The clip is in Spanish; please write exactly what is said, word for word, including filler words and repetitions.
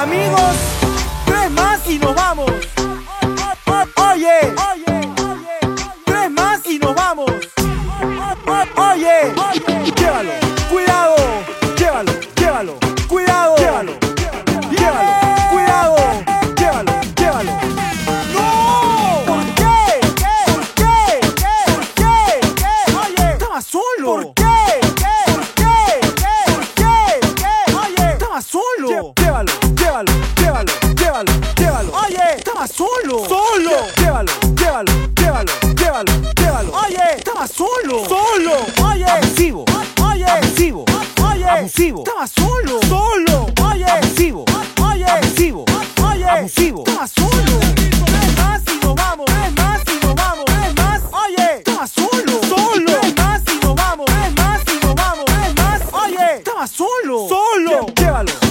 amigos, tres más y nos vamos. Oye, tres más y nos vamos. Oye, llévalo, cuidado, llévalo, llévalo, cuidado, llévalo, llévalo, cuidado, llévalo, llévalo. ¡No! ¿Por qué? ¿Por qué? ¿Por qué? Oye, estaba solo. ¿Por qué? ¿Por qué? ¿Por qué? Oye, estaba solo. Llévalo, llévalo, llévalo, llévalo, llévalo. Oye, estaba solo. Solo. Llévalo, llévalo, llévalo, llévalo, llévalo. Oye, estaba solo. Solo. Oye, abusivo. Oye, abusivo. Oye, abusivo. Estaba solo. Solo. Oye, abusivo. Oye, abusivo. Oye, abusivo. Estaba solo. Tres más y nos vamos. Tres más y nos vamos. Tres más. Oye, estaba solo. Solo. Tres más y nos vamos. Tres más y nos vamos. Tres más. Oye, estaba solo. Solo. Llévalo.